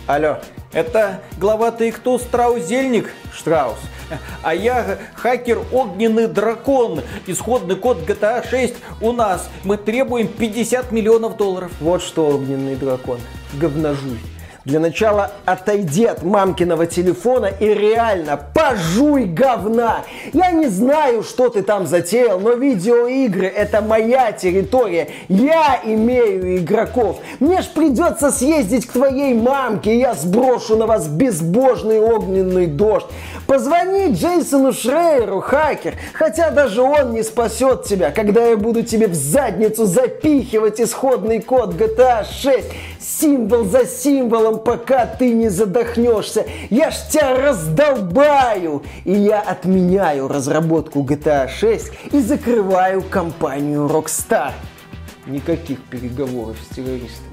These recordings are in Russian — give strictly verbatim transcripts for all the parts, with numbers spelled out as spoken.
Алло, это глава ты кто, Страус-Зельник? Штраус. А я хакер Огненный Дракон. Исходный код джи ти эй шесть у нас. Мы требуем пятьдесят миллионов долларов. Вот что, Огненный Дракон. Говножуй. Для начала отойди от мамкиного телефона и реально пожуй говна. Я не знаю, что ты там затеял, но видеоигры это моя территория. Я имею игроков. Мне ж придется съездить к твоей мамке, и я сброшу на вас безбожный огненный дождь. Позвони Джейсону Шрейеру, хакер, хотя даже он не спасет тебя, когда я буду тебе в задницу запихивать исходный код джи ти эй шесть, символ за символом, пока ты не задохнешься. Я ж тебя раздолбаю. И я отменяю разработку джи ти эй шесть и закрываю компанию Rockstar. Никаких переговоров с террористами.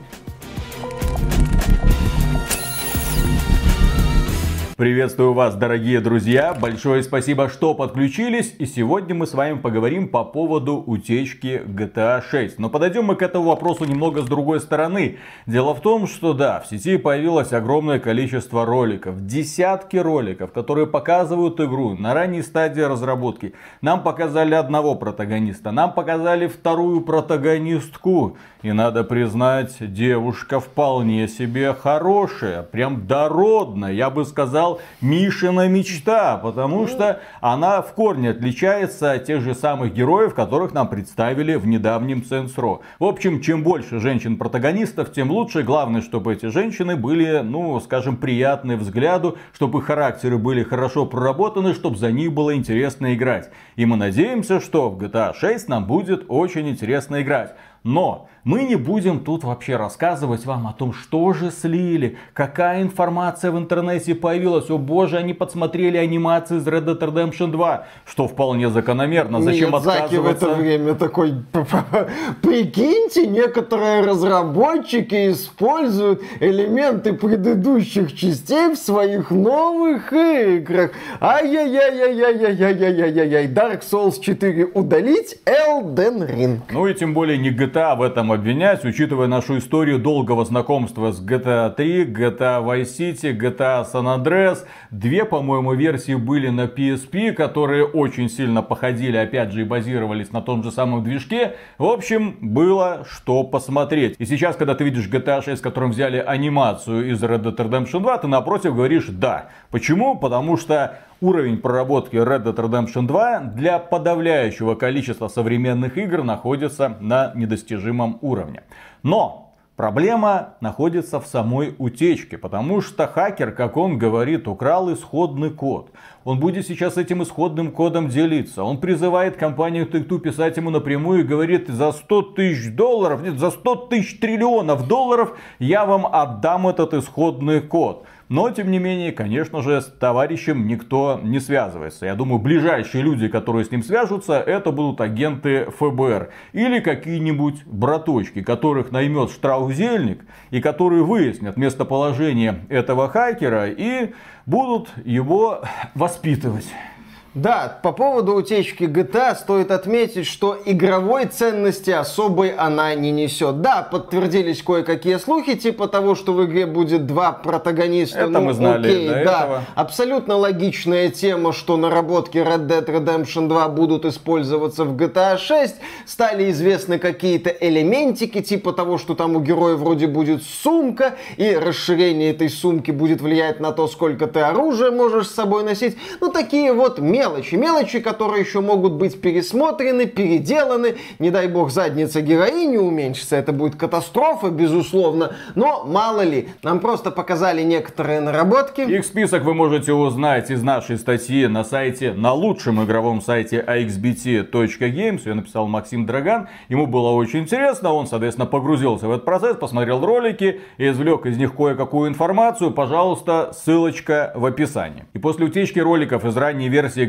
Приветствую вас, дорогие друзья, большое спасибо, что подключились, и сегодня мы с вами поговорим по поводу утечки джи ти эй шесть. Но подойдем мы к этому вопросу немного с другой стороны. Дело в том, что да, в сети появилось огромное количество роликов, десятки роликов, которые показывают игру на ранней стадии разработки. Нам показали одного протагониста, нам показали вторую протагонистку. И надо признать, девушка вполне себе хорошая, прям дородная, я бы сказал, Мишина мечта, потому что она в корне отличается от тех же самых героев, которых нам представили в недавнем Saints Row. В общем, чем больше женщин-протагонистов, тем лучше. Главное, чтобы эти женщины были, ну, скажем, приятны взгляду, чтобы их характеры были хорошо проработаны, чтобы за них было интересно играть. И мы надеемся, что в джи ти эй шесть нам будет очень интересно играть. Но мы не будем тут вообще рассказывать вам о том, что же слили, какая информация в интернете появилась. О боже, они подсмотрели анимации из Red Dead Redemption два, что вполне закономерно. Зачем Миядзаки отказываться? в это время такой: прикиньте, некоторые разработчики используют элементы предыдущих частей в своих новых играх. Ай-яй-яй-яй-яй-яй-яй-яй-яй. Dark Souls четыре удалить, Elden Ring. Ну и тем более не джи ти эй в этом обвинять, учитывая нашу историю долгого знакомства с джи ти эй три, джи ти эй Vice City, джи ти эй San Andreas. Две, по-моему, версии были на пи эс пи, которые очень сильно походили, опять же, и базировались на том же самом движке. В общем, было что посмотреть. И сейчас, когда ты видишь джи ти эй шесть, в котором взяли анимацию из Red Dead Redemption два, ты напротив говоришь «да». Почему? Потому что уровень проработки Red Dead Redemption два для подавляющего количества современных игр находится на недостижимом уровне. Но проблема находится в самой утечке, потому что хакер, как он говорит, украл исходный код. Он будет сейчас этим исходным кодом делиться. Он призывает компанию Take-Two писать ему напрямую и говорит: за сто тысяч долларов, нет, за сто тысяч триллионов долларов я вам отдам этот исходный код. Но, тем не менее, конечно же, с товарищем никто не связывается. Я думаю, ближайшие люди, которые с ним свяжутся, это будут агенты эф бэ эр. Или какие-нибудь браточки, которых наймет Штраус-Зельник, и которые выяснят местоположение этого хакера и будут его воспитывать. Да, по поводу утечки джи ти эй стоит отметить, что игровой ценности особой она не несет. Да, подтвердились кое-какие слухи, типа того, что в игре будет два протагониста. Это ну, мы знали окей, до да. этого. Абсолютно логичная тема, что наработки Red Dead Redemption два будут использоваться в джи ти эй шесть. Стали известны какие-то элементики, типа того, что там у героя вроде будет сумка, и расширение этой сумки будет влиять на то, сколько ты оружия можешь с собой носить. Ну, такие вот мелочи. Мелочи, мелочи, которые еще могут быть пересмотрены, переделаны. Не дай бог задница героини уменьшится, это будет катастрофа, безусловно. Но мало ли, нам просто показали некоторые наработки. Их список вы можете узнать из нашей статьи на сайте, на лучшем игровом сайте эй икс би ти точка геймс. Ее написал Максим Драган. Ему было очень интересно, он, соответственно, погрузился в этот процесс, посмотрел ролики и извлек из них кое-какую информацию. Пожалуйста, ссылочка в описании. И после утечки роликов из ранней версии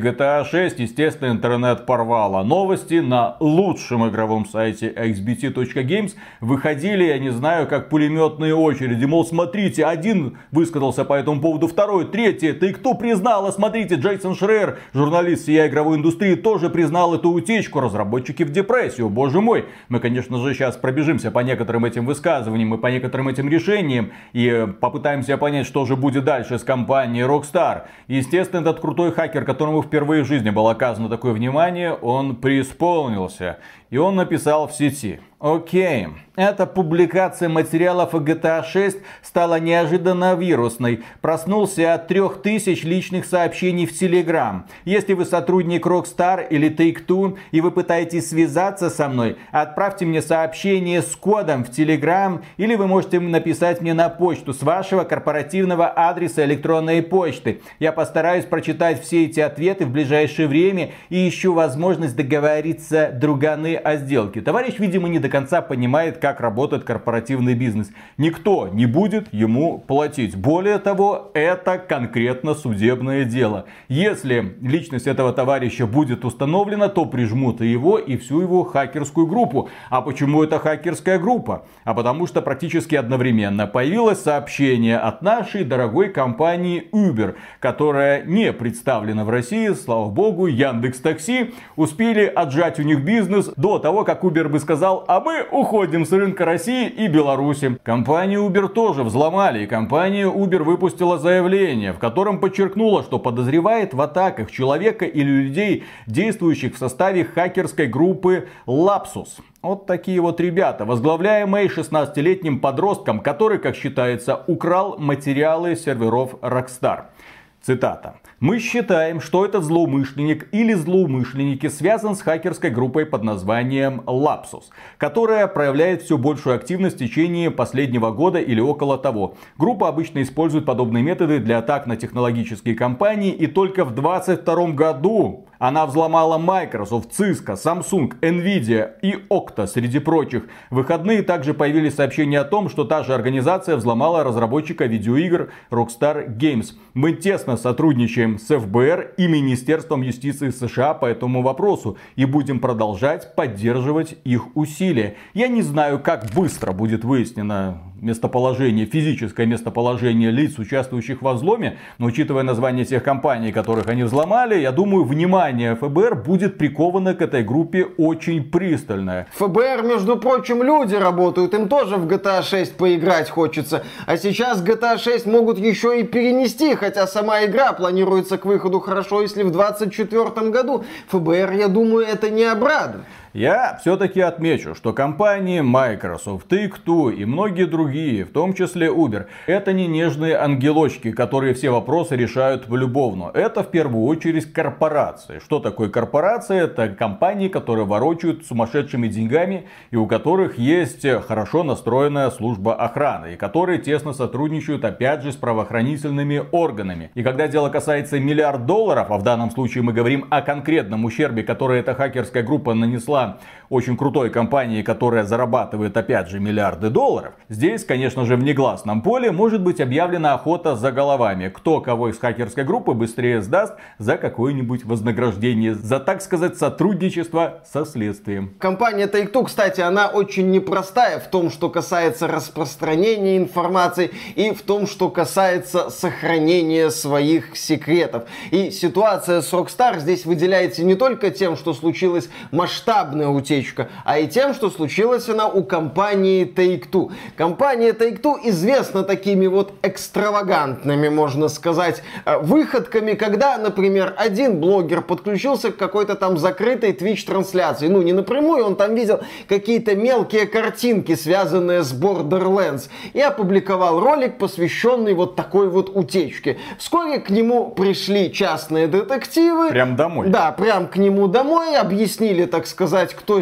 джи ти эй шесть, естественно, интернет порвало. Новости на лучшем игровом сайте икс би ти точка геймс выходили, я не знаю, как пулеметные очереди. Мол, смотрите, один высказался по этому поводу, второй, третий. Take-Two признала, смотрите, Джейсон Шрейер, журналист всей игровой индустрии, тоже признал эту утечку. Разработчики в депрессию, боже мой. Мы, конечно же, сейчас пробежимся по некоторым этим высказываниям и по некоторым этим решениям и попытаемся понять, что же будет дальше с компанией Rockstar. Естественно, этот крутой хакер, которому впервые в жизни было оказано такое внимание, он преисполнился. И он написал в сети: окей, эта публикация материалов о джи ти эй шесть стала неожиданно вирусной. Проснулся от трех тысяч личных сообщений в Telegram. Если вы сотрудник Rockstar или Take-Two и вы пытаетесь связаться со мной, отправьте мне сообщение с кодом в Telegram, или вы можете написать мне на почту с вашего корпоративного адреса электронной почты. Я постараюсь прочитать все эти ответы в ближайшее время и ищу возможность договориться, друганы, о сделке. Товарищ, видимо, не до конца понимает, как работает корпоративный бизнес. Никто не будет ему платить. Более того, это конкретно судебное дело. Если личность этого товарища будет установлена, то прижмут и его, и всю его хакерскую группу. А почему это хакерская группа? А потому что практически одновременно появилось сообщение от нашей дорогой компании Uber, которая не представлена в России, слава богу. Яндекс.Такси успели отжать у них бизнес до того, как Uber бы сказал: а мы уходим с рынка России и Беларуси. Компанию Uber тоже взломали, и компания Uber выпустила заявление, в котором подчеркнула, что подозревает в атаках человека или людей, действующих в составе хакерской группы Lapsus. Вот такие вот ребята, возглавляемые шестнадцатилетним подростком, который, как считается, украл материалы серверов Rockstar. Цитата. «Мы считаем, что этот злоумышленник или злоумышленники связан с хакерской группой под названием Lapsus, которая проявляет все большую активность в течение последнего года или около того. Группа обычно использует подобные методы для атак на технологические компании, и только в две тысячи двадцать втором году она взломала Microsoft, Cisco, Samsung, Nvidia и Okta, среди прочих. В выходные также появились сообщения о том, что та же организация взломала разработчика видеоигр Rockstar Games. Мы тесно сотрудничаем с эф бэ эр и Министерством юстиции США по этому вопросу и будем продолжать поддерживать их усилия. Я не знаю, как быстро будет выяснено местоположение, физическое местоположение лиц, участвующих во взломе, но учитывая название тех компаний, которых они взломали, я думаю, внимание эф бэ эр будет приковано к этой группе очень пристальное. эф бэ эр, между прочим, люди работают, им тоже в джи ти эй шесть поиграть хочется. А сейчас джи ти эй шесть могут еще и перенести, хотя сама игра планируется к выходу хорошо, если в двадцать четвёртом году. эф бэ эр, я думаю, это не обрадует. Я все-таки отмечу, что компании Microsoft, Take-Two и многие другие, в том числе Uber, это не нежные ангелочки, которые все вопросы решают полюбовно. Это в первую очередь корпорации. Что такое корпорация? Это компании, которые ворочают сумасшедшими деньгами и у которых есть хорошо настроенная служба охраны, и которые тесно сотрудничают опять же с правоохранительными органами. И когда дело касается миллиард долларов, а в данном случае мы говорим о конкретном ущербе, который эта хакерская группа нанесла очень крутой компании, которая зарабатывает опять же миллиарды долларов, здесь, конечно же, в негласном поле может быть объявлена охота за головами. Кто кого из хакерской группы быстрее сдаст за какое-нибудь вознаграждение, за, так сказать, сотрудничество со следствием. Компания Take-Two, кстати, она очень непростая в том, что касается распространения информации и в том, что касается сохранения своих секретов. И ситуация с Rockstar здесь выделяется не только тем, что случилась масштабная утечка, а и тем, что случилось она у компании Take-Two. Компания Take-Two известна такими вот экстравагантными, можно сказать, выходками, когда, например, один блогер подключился к какой-то там закрытой Twitch-трансляции. Ну, не напрямую, он там видел какие-то мелкие картинки, связанные с Borderlands, и опубликовал ролик, посвященный вот такой вот утечке. Вскоре к нему пришли частные детективы. Прям домой. Да, прям к нему домой, объяснили, так сказать, кто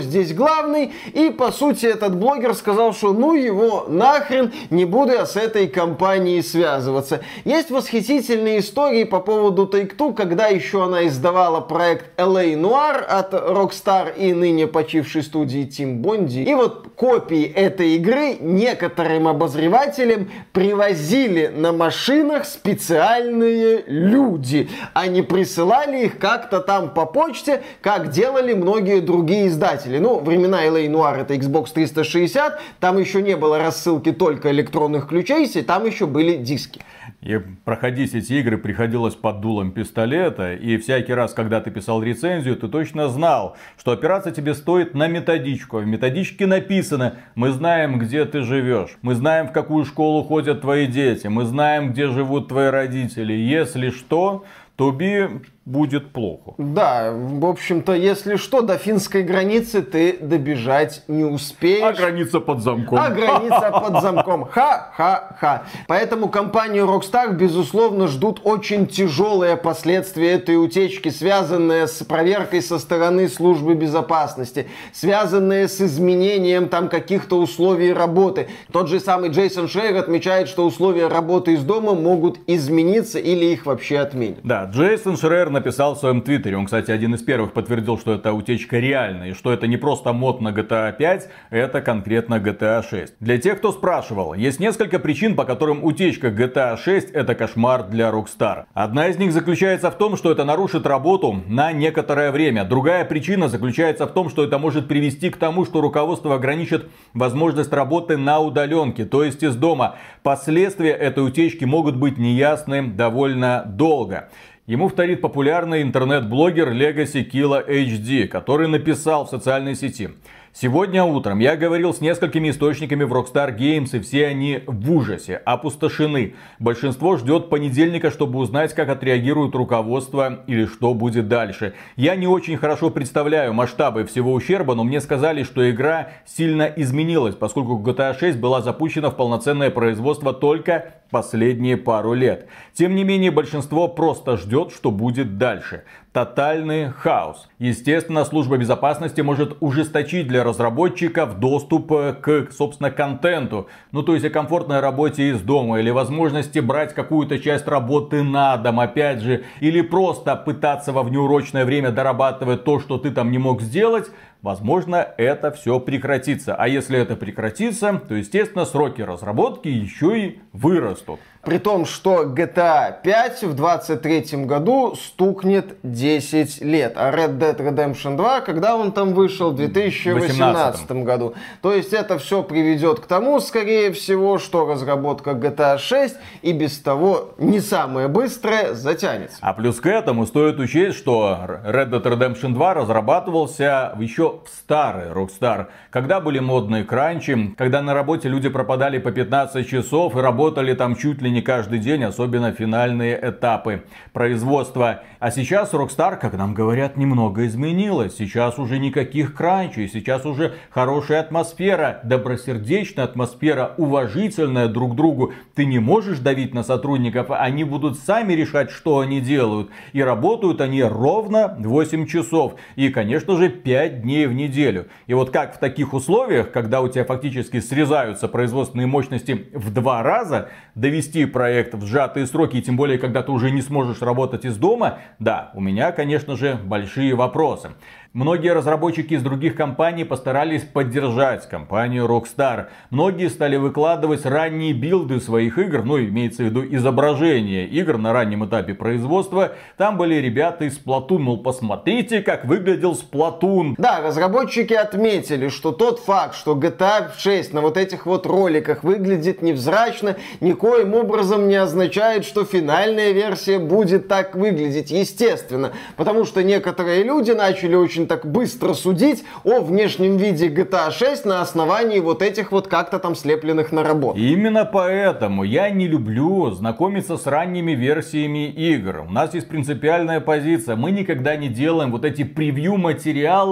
здесь главный, и по сути этот блогер сказал, что ну его нахрен, не буду я с этой компанией связываться. Есть восхитительные истории по поводу Take-Two, когда еще она издавала проект эл эй Noir от Rockstar и ныне почившей студии Team Bondi. И вот копии этой игры некоторым обозревателям привозили на машинах специальные люди. Они присылали их как-то там по почте, как делали многие другие издатели. Ну, времена эл эй Noir это Xbox триста шестьдесят, там еще не было рассылки только электронных ключей, там еще были диски. И проходить эти игры приходилось под дулом пистолета, и всякий раз, когда ты писал рецензию, ты точно знал, что опираться тебе стоит на методичку. В методичке написано: мы знаем, где ты живешь, мы знаем, в какую школу ходят твои дети, мы знаем, где живут твои родители. Если что, тебе будет плохо. Да, в общем-то, если что, до финской границы ты добежать не успеешь. А граница под замком. А граница под замком. Ха-ха-ха. Поэтому компанию Rockstar, безусловно, ждут очень тяжелые последствия этой утечки, связанные с проверкой со стороны службы безопасности, связанные с изменением там каких-то условий работы. Тот же самый Джейсон Шрейер отмечает, что условия работы из дома могут измениться или их вообще отменят. Да, Джейсон Шрейер написал в своем твиттере, он, кстати, один из первых подтвердил, что эта утечка реальная, и что это не просто мод на джи ти эй пять, это конкретно джи ти эй шесть. Для тех, кто спрашивал, есть несколько причин, по которым утечка джи ти эй шесть это кошмар для Rockstar. Одна из них заключается в том, что это нарушит работу на некоторое время. Другая причина заключается в том, что это может привести к тому, что руководство ограничит возможность работы на удаленке, то есть из дома. Последствия этой утечки могут быть неясны довольно долго. Ему вторит популярный интернет-блогер Legacy Killa эйч ди, который написал в социальной сети: сегодня утром я говорил с несколькими источниками в Rockstar Games, и все они в ужасе, опустошены. Большинство ждет понедельника, чтобы узнать, как отреагирует руководство или что будет дальше. Я не очень хорошо представляю масштабы всего ущерба, но мне сказали, что игра сильно изменилась, поскольку джи ти эй шесть была запущена в полноценное производство только последние пару лет. Тем не менее, большинство просто ждет, что будет дальше. Тотальный хаос. Естественно, служба безопасности может ужесточить для разработчиков доступ к, собственно, контенту. Ну, то есть о комфортной работе из дома, или возможности брать какую-то часть работы на дом, опять же, или просто пытаться во внеурочное время дорабатывать то, что ты там не мог сделать. Возможно, это все прекратится. А если это прекратится, то, естественно, сроки разработки еще и вырастут. При том, что джи ти эй пять в двадцать третьем году стукнет десять лет. А Red Dead Redemption два, когда он там вышел? В две тысячи восемнадцатом году. То есть это все приведет к тому, скорее всего, что разработка джи ти эй шесть и без того не самая быстрая затянется. А плюс к этому стоит учесть, что Red Dead Redemption два разрабатывался еще в старый Rockstar, когда были модные кранчи, когда на работе люди пропадали по пятнадцать часов и работали там чуть ли не каждый день, особенно финальные этапы производства. А сейчас Rockstar, как нам говорят, немного изменилась. Сейчас уже никаких кранчей, сейчас уже хорошая атмосфера, добросердечная атмосфера, уважительная друг к другу. Ты не можешь давить на сотрудников, они будут сами решать, что они делают. И работают они ровно восемь часов. И, конечно же, пять дней в неделю. И вот как в таких условиях, когда у тебя фактически срезаются производственные мощности в два раза, довести проект в сжатые сроки, и тем более, когда ты уже не сможешь работать из дома, да, у меня, конечно же, большие вопросы. Многие разработчики из других компаний постарались поддержать компанию Rockstar. Многие стали выкладывать ранние билды своих игр, ну, имеется в виду изображение игр на раннем этапе производства. Там были ребята из Splatoon, мол, посмотрите, как выглядел Splatoon. Да, разработчики отметили, что тот факт, что джи ти эй шесть на вот этих вот роликах выглядит невзрачно, никоим образом не означает, что финальная версия будет так выглядеть, естественно. Потому что некоторые люди начали очень так быстро судить о внешнем виде джи ти эй шесть на основании вот этих вот как-то там слепленных наработок. Именно поэтому я не люблю знакомиться с ранними версиями игр. У нас есть принципиальная позиция. Мы никогда не делаем вот эти превью-материалы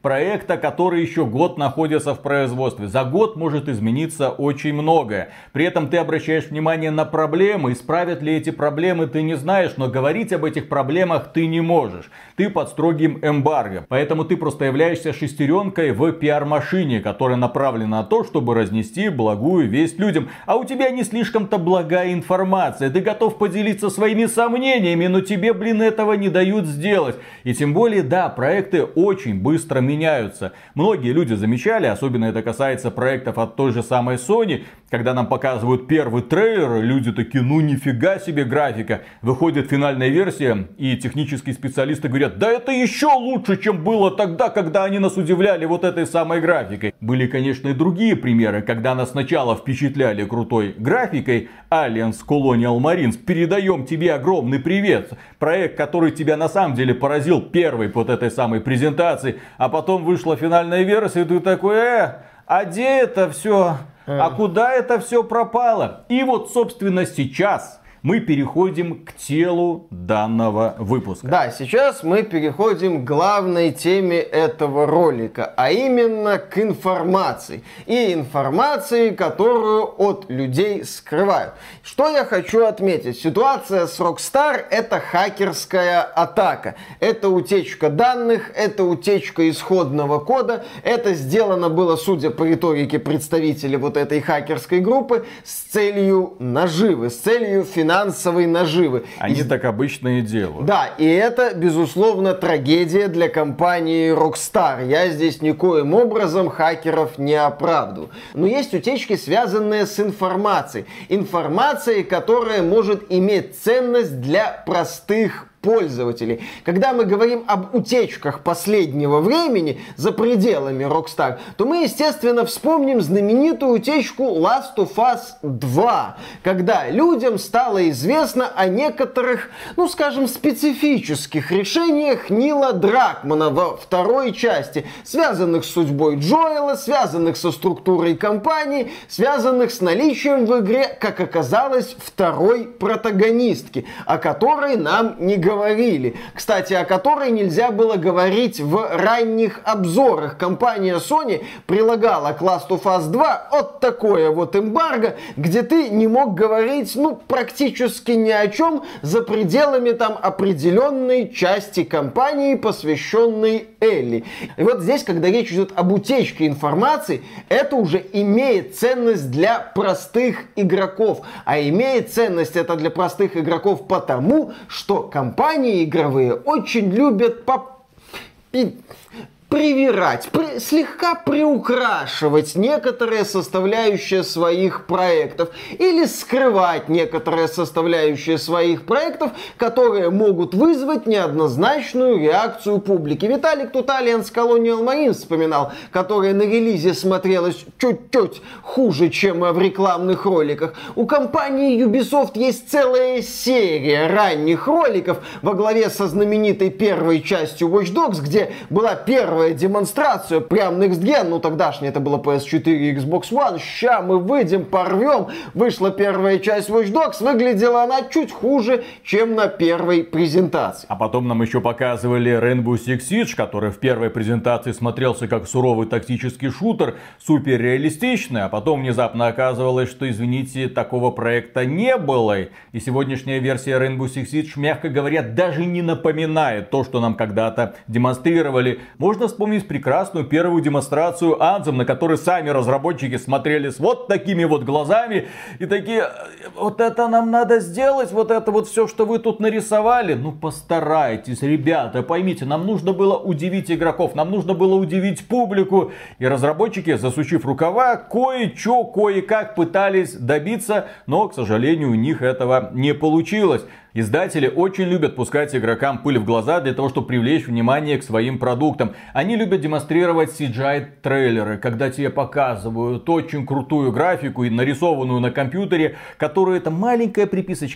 проекта, который еще год находится в производстве. За год может измениться очень многое. При этом ты обращаешь внимание на проблемы, исправят ли эти проблемы ты не знаешь, но говорить об этих проблемах ты не можешь. Ты под строгим эмбарго, поэтому ты просто являешься шестеренкой в пиар-машине, которая направлена на то, чтобы разнести благую весть людям. А у тебя не слишком-то благая информация, ты готов поделиться своими сомнениями, но тебе, блин, этого не дают сделать. И тем более, да, проекты очень быстро меняются. Многие люди замечали, особенно это касается проектов от той же самой Sony, когда нам показывают первый трейлер, люди такие, ну нифига себе графика. Выходит финальная версия, и технические специалисты говорят, да это еще лучше, чем было тогда, когда они нас удивляли вот этой самой графикой. Были, конечно, и другие примеры, когда нас сначала впечатляли крутой графикой. Aliens Colonial Marines, передаем тебе огромный привет. Проект, который тебя на самом деле поразил первой вот этой самой презентации, а потом вышла финальная версия, и ты такой, э, а где это все? А куда это все пропало? И вот, собственно, сейчас мы переходим к телу данного выпуска. Да, сейчас мы переходим к главной теме этого ролика, а именно к информации. И информации, которую от людей скрывают. Что я хочу отметить? Ситуация с Rockstar — это хакерская атака. Это утечка данных, это утечка исходного кода. Это сделано было, судя по риторике представителей вот этой хакерской группы, с целью наживы, с целью финансовой финансовой наживы. Они и... так обычно и делают. Да, и это, безусловно, трагедия для компании Rockstar. Я здесь никоим образом хакеров не оправдываю. Но есть утечки, связанные с информацией. Информацией, которая может иметь ценность для простых пользователей. Когда мы говорим об утечках последнего времени за пределами Rockstar, то мы, естественно, вспомним знаменитую утечку Last of Us два, когда людям стало известно о некоторых, ну скажем, специфических решениях Нила Дракмана во второй части, связанных с судьбой Джоэла, связанных со структурой компании, связанных с наличием в игре, как оказалось, второй протагонистки, о которой нам не говорили. говорили. Кстати, о которой нельзя было говорить в ранних обзорах. Компания Sony прилагала к Last of Us два вот такое вот эмбарго, где ты не мог говорить, ну, практически ни о чем за пределами там определенной части компании, посвященной Элли. И вот здесь, когда речь идет об утечке информации, это уже имеет ценность для простых игроков. А имеет ценность это для простых игроков потому, что компания Компании игровые очень любят поп... привирать, при, слегка приукрашивать некоторые составляющие своих проектов или скрывать некоторые составляющие своих проектов, которые могут вызвать неоднозначную реакцию публики. Виталик тут Aliens Colonial Marines вспоминал, которая на релизе смотрелась чуть-чуть хуже, чем в рекламных роликах. У компании Ubisoft есть целая серия ранних роликов во главе со знаменитой первой частью Watch Dogs, где была первая демонстрацию, прям Next Gen, ну тогдашний это было пи эс четыре и Xbox One, ща мы выйдем, порвем, вышла первая часть Watch Dogs, выглядела она чуть хуже, чем на первой презентации. А потом нам еще показывали Rainbow Six Siege, который в первой презентации смотрелся как суровый тактический шутер, супер реалистичный, а потом внезапно оказывалось, что, извините, такого проекта не было. И сегодняшняя версия Rainbow Six Siege, мягко говоря, даже не напоминает то, что нам когда-то демонстрировали. Можно вспомнить прекрасную первую демонстрацию Anthem, на которой сами разработчики смотрели с вот такими вот глазами и такие, вот это нам надо сделать, вот это вот все, что вы тут нарисовали. Ну постарайтесь, ребята, поймите, нам нужно было удивить игроков, нам нужно было удивить публику. И разработчики, засучив рукава, кое-что, кое-как пытались добиться, но, к сожалению, у них этого не получилось. Издатели очень любят пускать игрокам пыль в глаза для того, чтобы привлечь внимание к своим продуктам. Они любят демонстрировать си джи ай-трейлеры, когда тебе показывают очень крутую графику, нарисованную на компьютере, которая это маленькая приписочка.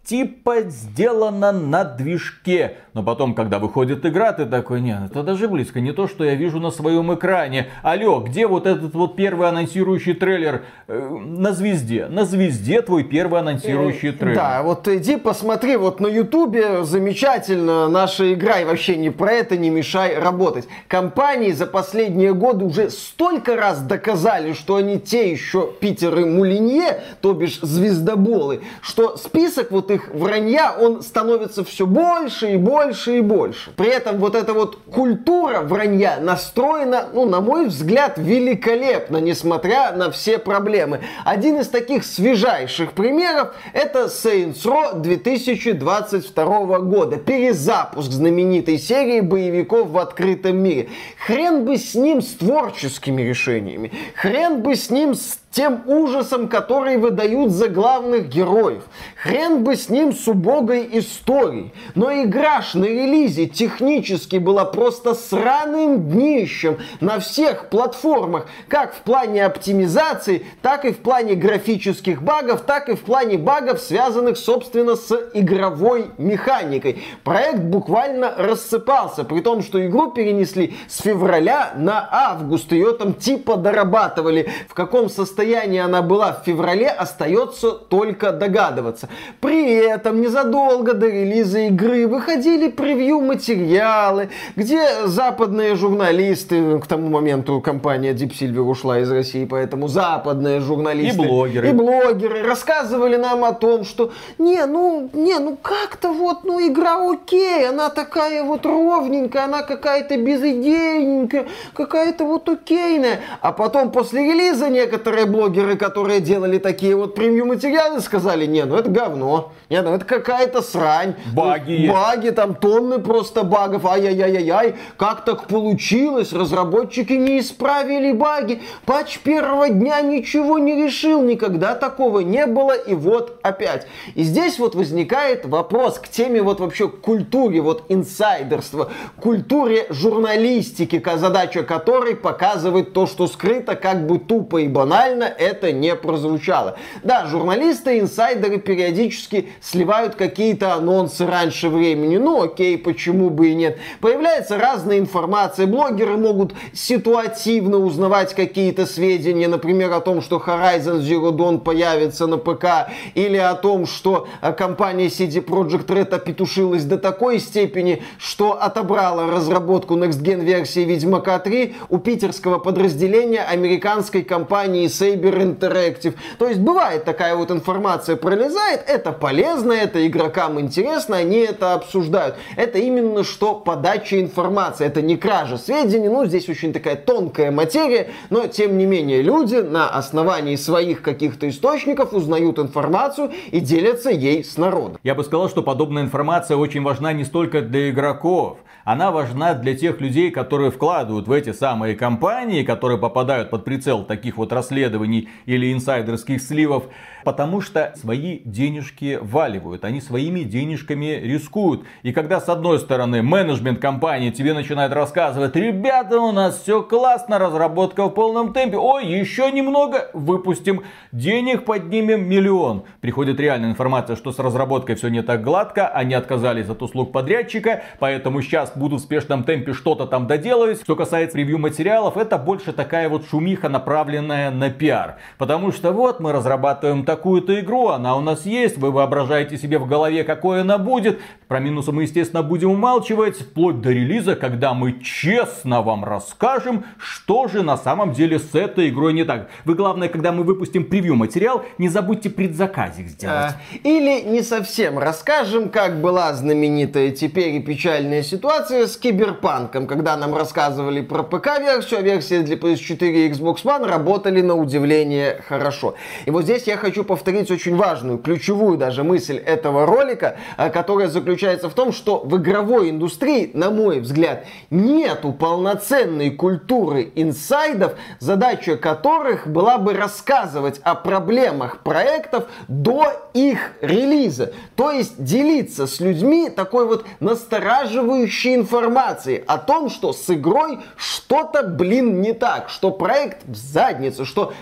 типа сделана на движке. Но потом, когда выходит игра, ты такой, нет, это даже близко не то, что я вижу на своем экране. Алло, где вот этот вот первый анонсирующий трейлер э, на звезде? На звезде твой первый анонсирующий трейлер. Да, вот иди посмотри, вот на ютубе замечательно наша игра, и вообще не про это, не мешай работать. Компании за последние годы уже столько раз доказали, что они те еще Питер и Мулинье, то бишь звездоболы, что список вот их вранья, он становится все больше и больше и больше. При этом вот эта вот культура вранья настроена, ну, на мой взгляд, великолепно, несмотря на все проблемы. Один из таких свежайших примеров — это Saints Row две тысячи двадцать второго года. Перезапуск знаменитой серии боевиков в открытом мире. Хрен бы с ним, с творческими решениями. Хрен бы с ним, с тем ужасом, который выдают за главных героев. Хрен бы с ним, с убогой историей. Но игра ж на релизе технически была просто сраным днищем на всех платформах. Как в плане оптимизации, так и в плане графических багов, так и в плане багов, связанных, собственно, с игровой механикой. Проект буквально рассыпался, при том, что игру перенесли с февраля на август. Ее там типа дорабатывали. В каком состоянии она была в феврале, остается только догадываться. При этом незадолго до релиза игры выходили превью-материалы, где западные журналисты, к тому моменту компания Deep Silver ушла из России, поэтому западные журналисты и блогеры, и блогеры рассказывали нам о том, что не, ну, не, ну как-то вот, ну игра окей, она такая вот ровненькая, она какая-то безыдейненькая, какая-то вот окейная. А потом после релиза некоторые блогеры, которые делали такие вот премью-материалы, сказали, не, ну это говно, не, ну это какая-то срань. Баги. Баги, там тонны просто багов, ай-яй-яй-яй, как так получилось, разработчики не исправили баги, патч первого дня ничего не решил, никогда такого не было, и вот опять. И здесь вот возникает вопрос к теме вот вообще культуре, вот инсайдерства, культуре журналистики, задача которой показывать то, что скрыто, как бы тупо и банально это не прозвучало. Да, журналисты, инсайдеры периодически сливают какие-то анонсы раньше времени. Ну окей, почему бы и нет. Появляется разная информация. Блогеры могут ситуативно узнавать какие-то сведения, например, о том, что Horizon Zero Dawn появится на ПК, или о том, что компания си ди Projekt Red опетушилась до такой степени, что отобрала разработку Next Gen версии Ведьмака три у питерского подразделения американской компании Saber Interactive. То есть бывает такая вот информация пролезает, это полезно, это игрокам интересно, они это обсуждают. Это именно что подача информации, это не кража сведений, ну здесь очень такая тонкая материя, но тем не менее люди на основании своих каких-то источников узнают информацию и делятся ей с народом. Я бы сказал, что подобная информация очень важна не столько для игроков, она важна для тех людей, которые вкладывают в эти самые компании, которые попадают под прицел таких вот расследований или инсайдерских сливов, потому что свои денежки валивают, они своими денежками рискуют. И когда с одной стороны менеджмент компании тебе начинает рассказывать, ребята, у нас все классно, разработка в полном темпе, ой, еще немного, выпустим, денег поднимем миллион. Приходит реальная информация, что с разработкой все не так гладко, они отказались от услуг подрядчика, поэтому сейчас будут в спешном темпе что-то там доделывать. Что касается превью материалов, это больше такая вот шумиха, направленная на пиар. Потому что вот мы разрабатываем такую-то игру, она у нас есть, вы воображаете себе в голове, какой она будет. Про минусы мы, естественно, будем умалчивать, вплоть до релиза, когда мы честно вам расскажем, что же на самом деле с этой игрой не так. Вы, главное, когда мы выпустим превью материал, не забудьте предзаказик сделать. А, или не совсем расскажем, как была знаменитая теперь и печальная ситуация с Киберпанком, когда нам рассказывали про ПК-версию, а версии для пи эс четыре и Xbox One работали на удивление хорошо. И вот здесь я хочу повторить очень важную, ключевую даже мысль этого ролика, которая заключается в том, что в игровой индустрии, на мой взгляд, нету полноценной культуры инсайдов, задача которых была бы рассказывать о проблемах проектов до их релиза. То есть делиться с людьми такой вот настораживающей информацией о том, что с игрой что-то, блин, не так, что проект в заднице, что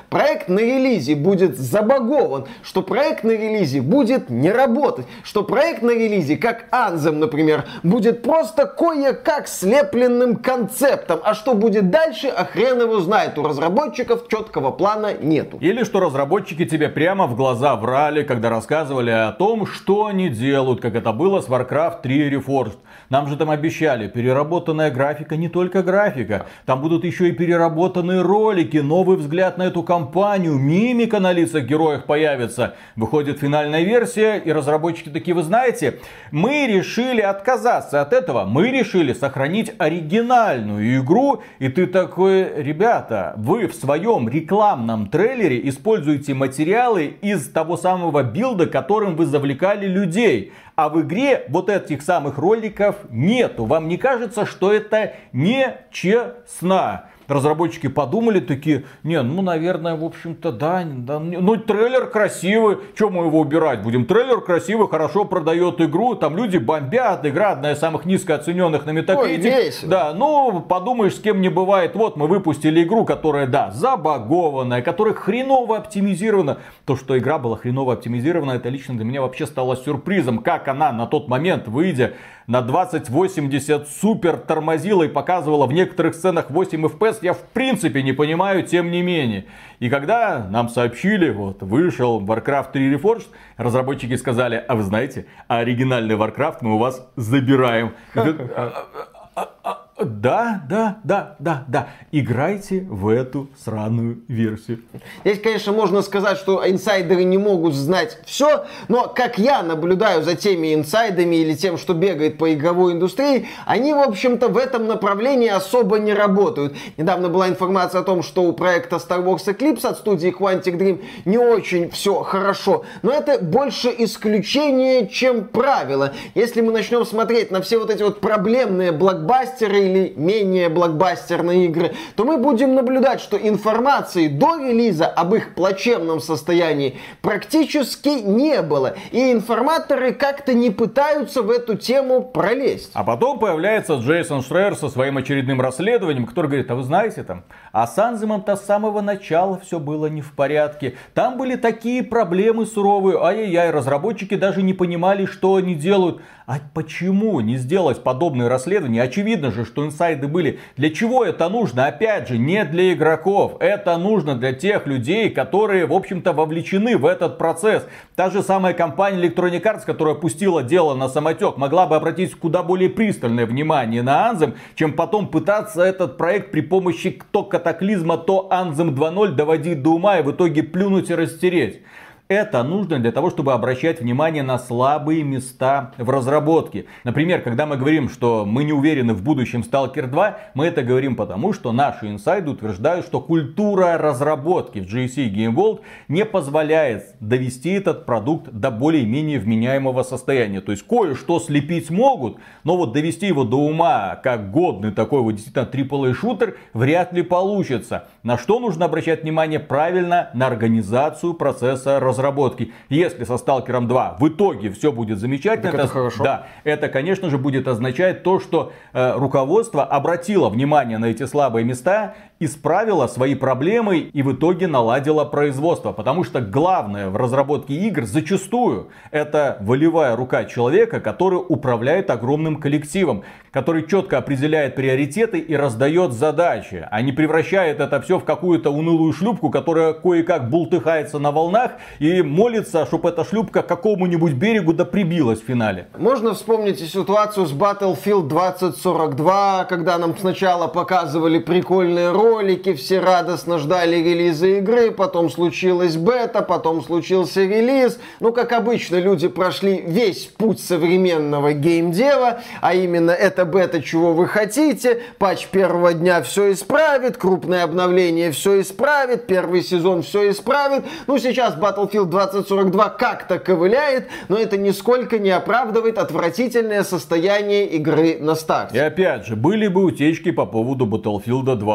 проект на релизе будет забагован, что проект на релизе будет не работать, что проект на релизе, как Anthem, например, будет просто кое-как слепленным концептом, а что будет дальше, а хрен его знает, у разработчиков четкого плана нету. Или что разработчики тебе прямо в глаза врали, когда рассказывали о том, что они делают, как это было с Warcraft три Reforged. Нам же там обещали переработанная графика, не только графика. Там будут еще и переработанные ролики, новый взгляд на эту компанию, мимика на лицах героев появится. Выходит финальная версия, и разработчики такие: вы знаете, мы решили отказаться от этого, мы решили сохранить оригинальную игру. И ты такой: ребята, вы в своем рекламном трейлере используете материалы из того самого билда, которым вы завлекали людей. А в игре вот этих самых роликов нету. Вам не кажется, что это нечестно? Разработчики подумали такие: не, ну, наверное, в общем-то, да, да, ну, трейлер красивый, что мы его убирать будем? Трейлер красивый, хорошо продает игру, там люди бомбят, игра одна из самых низко оцененных на Metacritic. Да, ну, подумаешь, с кем не бывает. Вот мы выпустили игру, которая, да, забагованная, которая хреново оптимизирована. То, что игра была хреново оптимизирована, это лично для меня вообще стало сюрпризом. Как она на тот момент, выйдя на двадцать восемьдесят, супер тормозила и показывала в некоторых сценах восемь эф пи эс, я в принципе не понимаю, тем не менее. И когда нам сообщили, вот, вышел Warcraft три Reforged, разработчики сказали: а вы знаете, а оригинальный Warcraft мы у вас забираем. Да, да, да, да, да. Играйте в эту сраную версию. Здесь, конечно, можно сказать, что инсайдеры не могут знать все, но как я наблюдаю за теми инсайдами или тем, что бегает по игровой индустрии, они, в общем-то, в этом направлении особо не работают. Недавно была информация о том, что у проекта Star Wars Eclipse от студии Quantic Dream не очень все хорошо, но это больше исключение, чем правило. Если мы начнем смотреть на все вот эти вот проблемные блокбастеры или менее блокбастерные игры, то мы будем наблюдать, что информации до релиза об их плачевном состоянии практически не было. И информаторы как-то не пытаются в эту тему пролезть. А потом появляется Джейсон Шрайер со своим очередным расследованием, который говорит: а вы знаете, там, а с Anthem-то с самого начала все было не в порядке. Там были такие проблемы суровые. Ай-яй-яй, разработчики даже не понимали, что они делают. А почему не сделать подобные расследования? Очевидно же, что инсайды были. Для чего это нужно? Опять же, не для игроков. Это нужно для тех людей, которые, в общем-то, вовлечены в этот процесс. Та же самая компания Electronic Arts, которая пустила дело на самотек, могла бы обратить куда более пристальное внимание на Anthem, чем потом пытаться этот проект при помощи то катаклизма, то Anthem два ноль доводить до ума и в итоге плюнуть и растереть. Это нужно для того, чтобы обращать внимание на слабые места в разработке. Например, когда мы говорим, что мы не уверены в будущем Stalker два, мы это говорим потому, что наши инсайды утверждают, что культура разработки в джи си Game World не позволяет довести этот продукт до более-менее вменяемого состояния. То есть кое-что слепить могут, но вот довести его до ума, как годный такой вот действительно трипл эй шутер, вряд ли получится. На что нужно обращать внимание? Правильно, на организацию процесса разработки. разработки. Если со Сталкером два в итоге все будет замечательно, так это, это хорошо. Да, это, конечно же, будет означать то, что э, руководство обратило внимание на эти слабые места, исправило свои проблемы и в итоге наладило производство. Потому что главное в разработке игр зачастую это волевая рука человека, который управляет огромным коллективом, который четко определяет приоритеты и раздает задачи, а не превращает это все в какую-то унылую шлюпку, которая кое-как бултыхается на волнах и молится, чтобы эта шлюпка к какому-нибудь берегу да прибилась в финале. Можно вспомнить и ситуацию с Battlefield двадцать сорок два, когда нам сначала показывали прикольные ролики, все радостно ждали релиза игры, потом случилась бета, потом случился релиз. Ну, как обычно, люди прошли весь путь современного геймдева, а именно это бета, чего вы хотите, патч первого дня все исправит, крупное обновление все исправит, первый сезон все исправит. Ну, сейчас Battlefield двадцать сорок два как-то ковыляет, но это нисколько не оправдывает отвратительное состояние игры на старте. И опять же, были бы утечки по поводу Battlefield двадцать сорок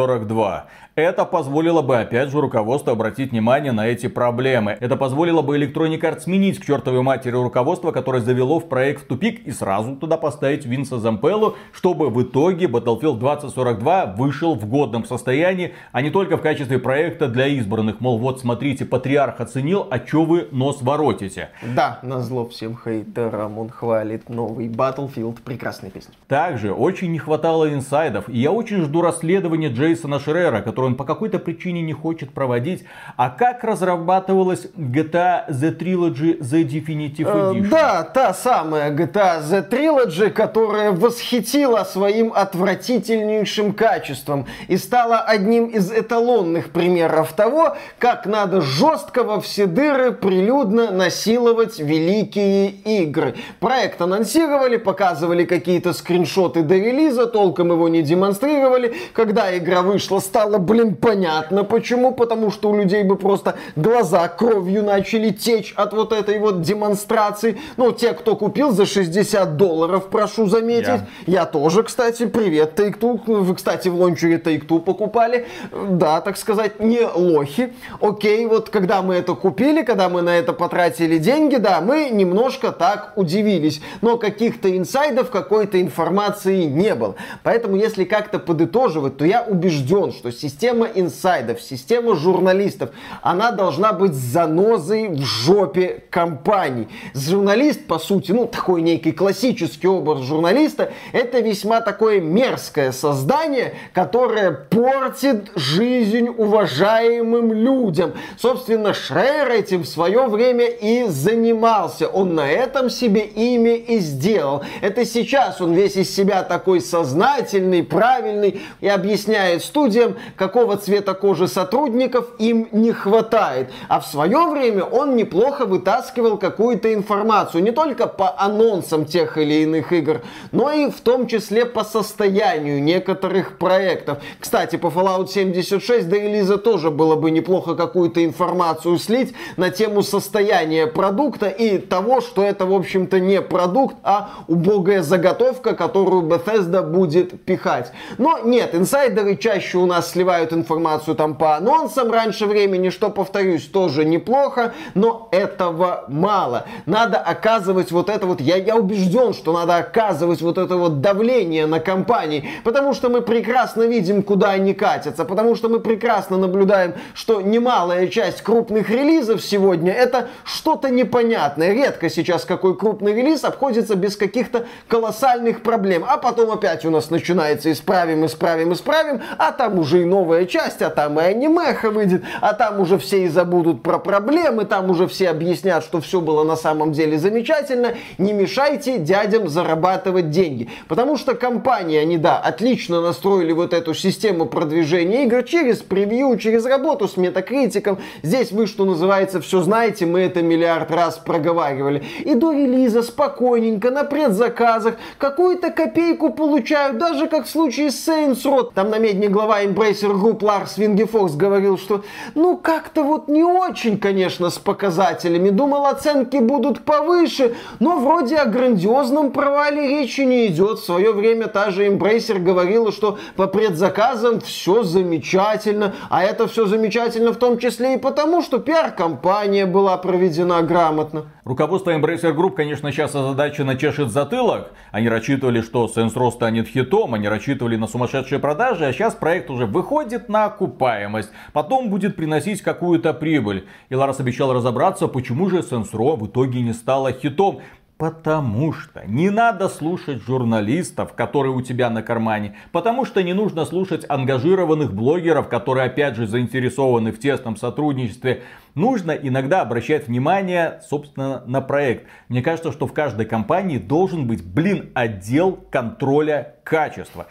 сорок два. Это позволило бы, опять же, руководству обратить внимание на эти проблемы. Это позволило бы Electronic Arts сменить к чертовой матери руководство, которое завело в проект в тупик, и сразу туда поставить Винса Зампеллу, чтобы в итоге Battlefield двадцать сорок два вышел в годном состоянии, а не только в качестве проекта для избранных. Мол, вот смотрите, патриарх оценил, а чё вы нос воротите? Да, назло всем хейтерам он хвалит новый Battlefield. Прекрасная песня. Также очень не хватало инсайдов, и я очень жду расследования Джейсона Шрера, который он по какой-то причине не хочет проводить. А как разрабатывалась джи ти эй The Trilogy The Definitive Edition? Э, да, та самая джи ти эй The Trilogy, которая восхитила своим отвратительнейшим качеством и стала одним из эталонных примеров того, как надо жестко во все дыры прилюдно насиловать великие игры. Проект анонсировали, показывали какие-то скриншоты до релиза, толком его не демонстрировали. Когда игра вышла, стало, блин, понятно почему. Потому что у людей бы просто глаза кровью начали течь от вот этой вот демонстрации. Ну, те, кто купил за шестьдесят долларов, прошу заметить. Я, Я тоже, кстати, привет, Take-Two. Вы, кстати, в лончере Take-Two покупали. Да, так сказать, не лохи. Окей, вот когда мы это купили, когда мы на это потратили деньги, да, мы немножко так удивились. Но каких-то инсайдов, какой-то информации не было. Поэтому, если как-то подытоживать, то я убежден, что система инсайдов, система журналистов, она должна быть занозой в жопе компаний. Журналист, по сути, ну, такой некий классический образ журналиста, это весьма такое мерзкое создание, которое портит жизнь уважаемым людям. Собственно, Шрейер этим в свое время и занимался. Он на этом себе имя и сделал. Это сейчас он весь из себя такой сознательный, правильный и объясняет студиям, какого цвета кожи сотрудников им не хватает. А в свое время он неплохо вытаскивал какую-то информацию не только по анонсам тех или иных игр, но и в том числе по состоянию некоторых проектов. Кстати, по Fallout семьдесят шесть до релиза тоже было бы неплохо какую-то информацию слить на тему состояния продукта и того, что это, в общем-то, не продукт, а убогая заготовка, которую Bethesda будет пихать. Но нет, инсайдеры чаще у нас сливают информацию там по анонсам раньше времени, что, повторюсь, тоже неплохо, но этого мало. Надо оказывать вот это вот, я, я убежден, что надо оказывать вот это вот давление на компании, потому что мы прекрасно видим, куда они катятся, потому что мы прекрасно наблюдаем, что немалая часть крупных релизов сегодня это что-то непонятное. Редко сейчас какой крупный релиз обходится без каких-то колоссальных проблем, а потом опять у нас начинается исправим, исправим, исправим, а там уже и новая часть, а там и анимеха выйдет, а там уже все и забудут про проблемы, там уже все объяснят, что все было на самом деле замечательно. Не мешайте дядям зарабатывать деньги, потому что компании, они, да, отлично настроили вот эту систему продвижения игр через превью, через работу с метакритиком. Здесь вы, что называется, все знаете, мы это миллиард раз проговаривали. И до релиза спокойненько, на предзаказах, какую-то копейку получают, даже как в случае с Saints Row. Там на медне глава Embracer Group Ларс Вингефокс говорил, что ну как-то вот не очень, конечно, с показателями. Думал, оценки будут повыше, но вроде о грандиозном провале речи не идет. В свое время та же Embracer говорила, что по предзаказам все замечательно. А это все замечательно в том числе и потому, что пиар-компания была проведена грамотно. Руководство Embracer Group, конечно, сейчас озадаченно чешет затылок. Они рассчитывали, что Saints Row станет хитом, они рассчитывали на сумасшедшие продажи, а сейчас проект уже выходит на окупаемость. Потом будет приносить какую-то прибыль. И Ларс обещал разобраться, почему же Saints Row в итоге не стала хитом. Потому что не надо слушать журналистов, которые у тебя на кармане. Потому что не нужно слушать ангажированных блогеров, которые опять же заинтересованы в тесном сотрудничестве. Нужно иногда обращать внимание, собственно, на проект. Мне кажется, что в каждой компании должен быть, блин, отдел контроля качества.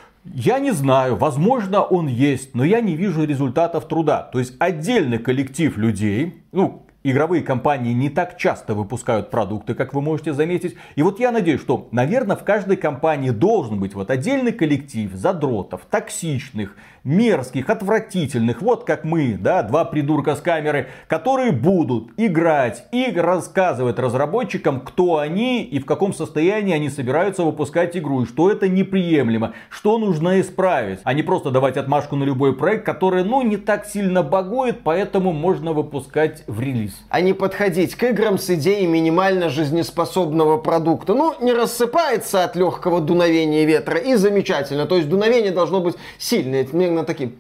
Я не знаю, возможно он есть, но я не вижу результатов труда. То есть отдельный коллектив людей, ну, игровые компании не так часто выпускают продукты, как вы можете заметить. И вот я надеюсь, что, наверное, в каждой компании должен быть вот отдельный коллектив задротов, токсичных, мерзких, отвратительных, вот как мы, да, два придурка с камеры, которые будут играть и рассказывать разработчикам, кто они и в каком состоянии они собираются выпускать игру, и что это неприемлемо, что нужно исправить, а не просто давать отмашку на любой проект, который, ну, не так сильно багует, поэтому можно выпускать в релиз. А не подходить к играм с идеей минимально жизнеспособного продукта. Ну, не рассыпается от легкого дуновения ветра, и замечательно. То есть дуновение должно быть сильное, примерно таким.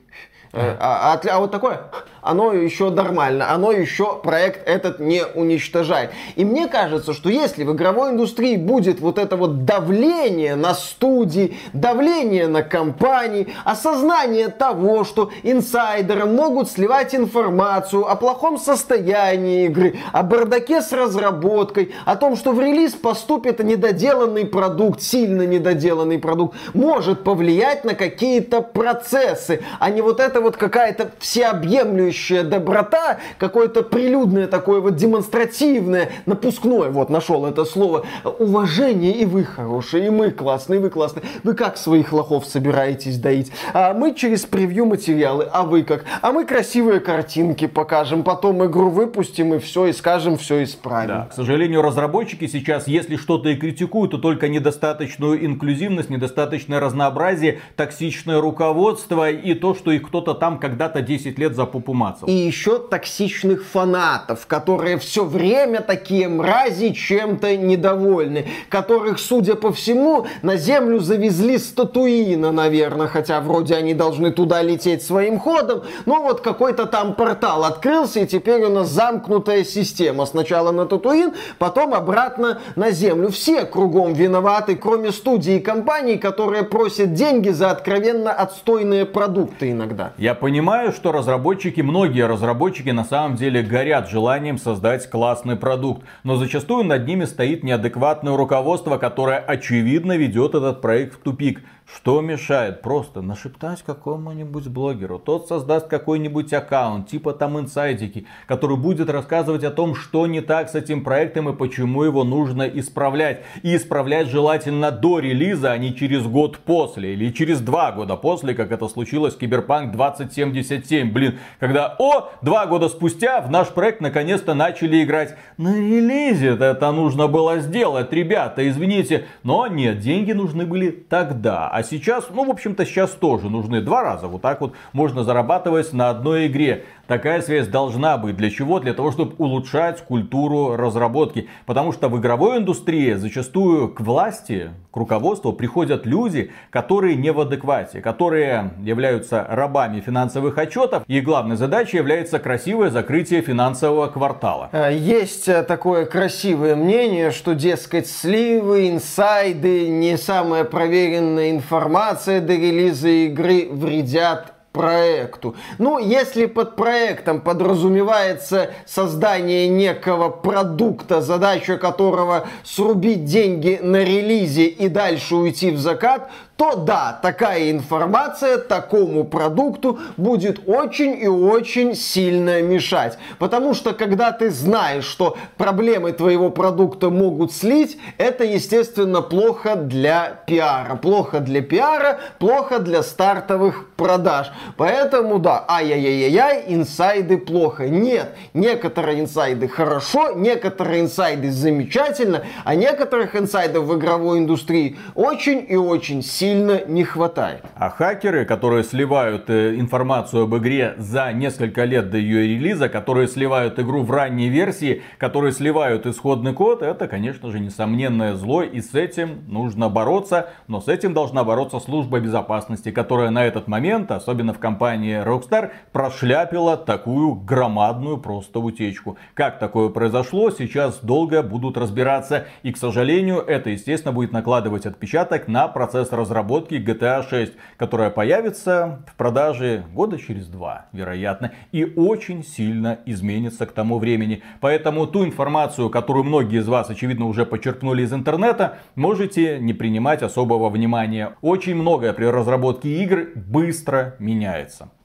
А, а, а вот такое, оно еще нормально, оно еще проект этот не уничтожает. И мне кажется, что если в игровой индустрии будет вот это вот давление на студии, давление на компании, осознание того, что инсайдеры могут сливать информацию о плохом состоянии игры, о бардаке с разработкой, о том, что в релиз поступит недоделанный продукт, сильно недоделанный продукт, может повлиять на какие-то процессы, а не вот это вот какая-то всеобъемлющая доброта, какое-то прилюдное такое вот демонстративное, напускное, вот нашел это слово, уважение, и вы хорошие, и мы классные, и вы классные. Вы как своих лохов собираетесь доить? А мы через превью материалы, а вы как? А мы красивые картинки покажем, потом игру выпустим и все, и скажем, все исправим. Да, к сожалению, разработчики сейчас, если что-то и критикуют, то только недостаточную инклюзивность, недостаточное разнообразие, токсичное руководство и то, что их кто-то там когда-то десять лет за попу мацал. И еще токсичных фанатов, которые все время такие мрази чем-то недовольны, которых, судя по всему, на Землю завезли с Татуина, наверное, хотя вроде они должны туда лететь своим ходом, но вот какой-то там портал открылся, и теперь у нас замкнутая система. Сначала на Татуин, потом обратно на Землю. Все кругом виноваты, кроме студии и компаний, которые просят деньги за откровенно отстойные продукты иногда. Я понимаю, что разработчики, многие разработчики на самом деле горят желанием создать классный продукт, но зачастую над ними стоит неадекватное руководство, которое очевидно ведет этот проект в тупик. Что мешает просто нашептать какому-нибудь блогеру? Тот создаст какой-нибудь аккаунт, типа там инсайдики, который будет рассказывать о том, что не так с этим проектом и почему его нужно исправлять. И исправлять желательно до релиза, а не через год после. Или через два года после, как это случилось в Киберпанк двадцать семьдесят семь. Блин, когда, о, два года спустя в наш проект наконец-то начали играть. На релизе это нужно было сделать, ребята, извините. Но нет, деньги нужны были тогда. А сейчас, ну, в общем-то, сейчас тоже нужны два раза. Вот так вот можно зарабатывать на одной игре. Такая связь должна быть. Для чего? Для того, чтобы улучшать культуру разработки. Потому что в игровой индустрии зачастую к власти, к руководству приходят люди, которые не в адеквате, которые являются рабами финансовых отчетов. И главной задачей является красивое закрытие финансового квартала. Есть такое красивое мнение, что, дескать, сливы, инсайды, не самая проверенная информация до релиза игры вредят проекту. Ну, если под проектом подразумевается создание некого продукта, задача которого срубить деньги на релизе и дальше уйти в закат, то да, такая информация такому продукту будет очень и очень сильно мешать. Потому что когда ты знаешь, что проблемы твоего продукта могут слить, это, естественно, плохо для пиара. Плохо для пиара, плохо для стартовых продаж. Поэтому да, ай-яй-яй-яй, инсайды плохо. Нет, некоторые инсайды хорошо, некоторые инсайды замечательно, а некоторых инсайдов в игровой индустрии очень и очень сильно не хватает. А хакеры, которые сливают э, информацию об игре за несколько лет до ее релиза, которые сливают игру в ранней версии, которые сливают исходный код, это, конечно же, несомненное зло, и с этим нужно бороться, но с этим должна бороться служба безопасности, которая на этот момент, особенно в компании Rockstar, прошляпила такую громадную просто утечку. Как такое произошло, сейчас долго будут разбираться, и, к сожалению, это, естественно, будет накладывать отпечаток на процесс разработки разработки джи ти эй шесть, которая появится в продаже года через два, вероятно, и очень сильно изменится к тому времени. Поэтому ту информацию, которую многие из вас, очевидно, уже почерпнули из интернета, можете не принимать особого внимания. Очень многое при разработке игр быстро меняется.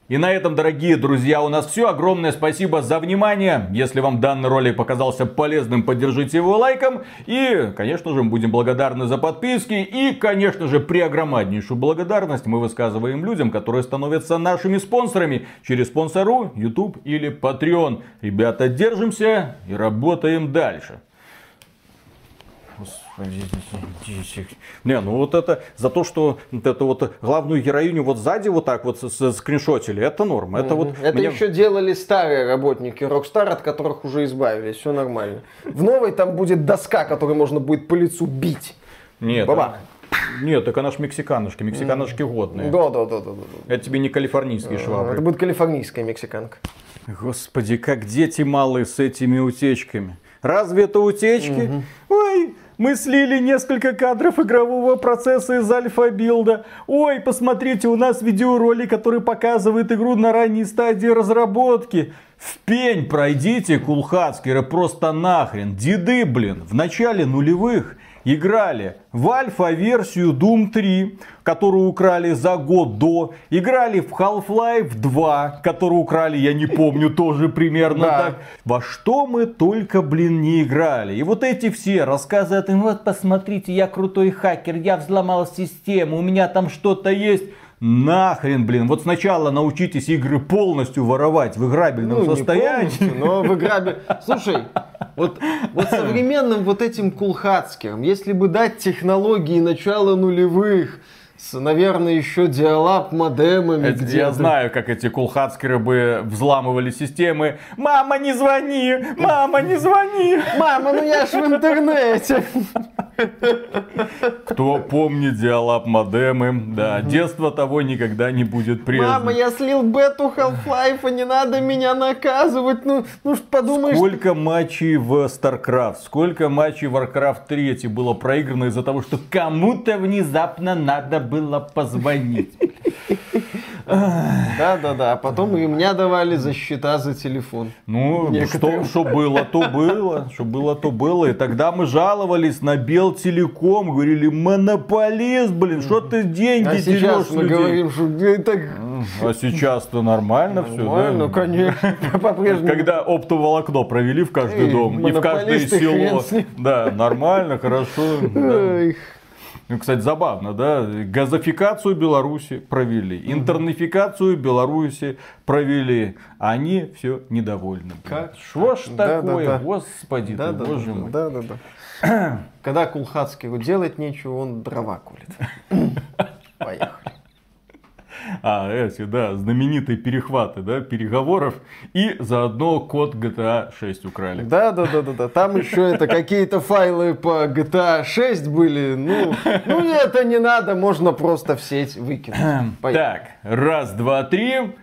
И на этом, дорогие друзья, у нас все. Огромное спасибо за внимание. Если вам данный ролик показался полезным, поддержите его лайком. И, конечно же, мы будем благодарны за подписки. И, конечно же, преогромаднейшую благодарность мы высказываем людям, которые становятся нашими спонсорами через Спонсор.ру, YouTube или Patreon. Ребята, держимся и работаем дальше. Не, ну вот это за то, что вот эту вот главную героиню вот сзади вот так вот скриншотили, это норм. Это, вот это мне... еще делали старые работники Rockstar, от которых уже избавились, все нормально. В новой там будет доска, которой можно будет по лицу бить. Нет, Баба. Нет, так она ж мексиканочки, мексиканочки годные. Да, да, да, да, да. Это тебе не калифорнийские швабры. Это будет калифорнийская мексиканка. Господи, как дети малые с этими утечками. Разве это утечки? Угу. Ой, мы слили несколько кадров игрового процесса из альфа-билда. Ой, посмотрите, у нас видеоролик, который показывает игру на ранней стадии разработки. В пень пройдите, кулхацкеры, просто нахрен. Деды, блин, в начале нулевых играли в альфа-версию Doom три, которую украли за год до. Играли в Half-Life два, которую украли, я не помню, тоже примерно да. так. Во что мы только, блин, не играли. И вот эти все рассказывают, вот посмотрите, я крутой хакер, я взломал систему, у меня там что-то есть. Нахрен, блин. Вот сначала научитесь игры полностью воровать в играбельном ну, состоянии. Не но в играбель... Слушай, вот, вот современным вот этим кулхацкерам, если бы дать технологии начала нулевых, с, наверное, еще диалап модемами. Это, я знаю, как эти кулхацкеры бы взламывали системы. Мама, не звони! Мама, не звони! Мама, ну я ж в интернете! Кто помнит диалап модемы, да, детство того никогда не будет прежним. Мама, я слил бету Half-Life, не надо меня наказывать, ну, ну подумаешь... Сколько матчей в StarCraft, сколько матчей в Warcraft три было проиграно из-за того, что кому-то внезапно надо было позвонить. Да-да-да, а потом и мне давали за счета за телефон. Ну, что, что было, то было, что было, то было. И тогда мы жаловались на Белтелеком, говорили, монополист, блин, что ты деньги а терешь сейчас мы людей? говорим, что это... А сейчас-то нормально, все, да? Нормально, конечно, по-прежнему. Когда оптоволокно провели в каждый Эй, дом и в каждое село. Да, нормально, хорошо. Да. Ну, кстати, забавно, да? Газификацию Беларуси провели, интернификацию Беларуси провели. Они все недовольны. Как? Что ж Да, такое, да, да. господи да, ты, да, боже да, мой. Да, да, да. Когда Кулхацкий делать нечего, он дрова кулит. Поехали. А, эти, да, знаменитые перехваты, да, переговоров. И заодно код джи ти эй шесть украли. Да, да, да, да, да. Там еще это какие-то файлы по джи ти эй шесть были. Ну, ну это не надо, можно просто в сеть выкинуть. Так, раз, два, три.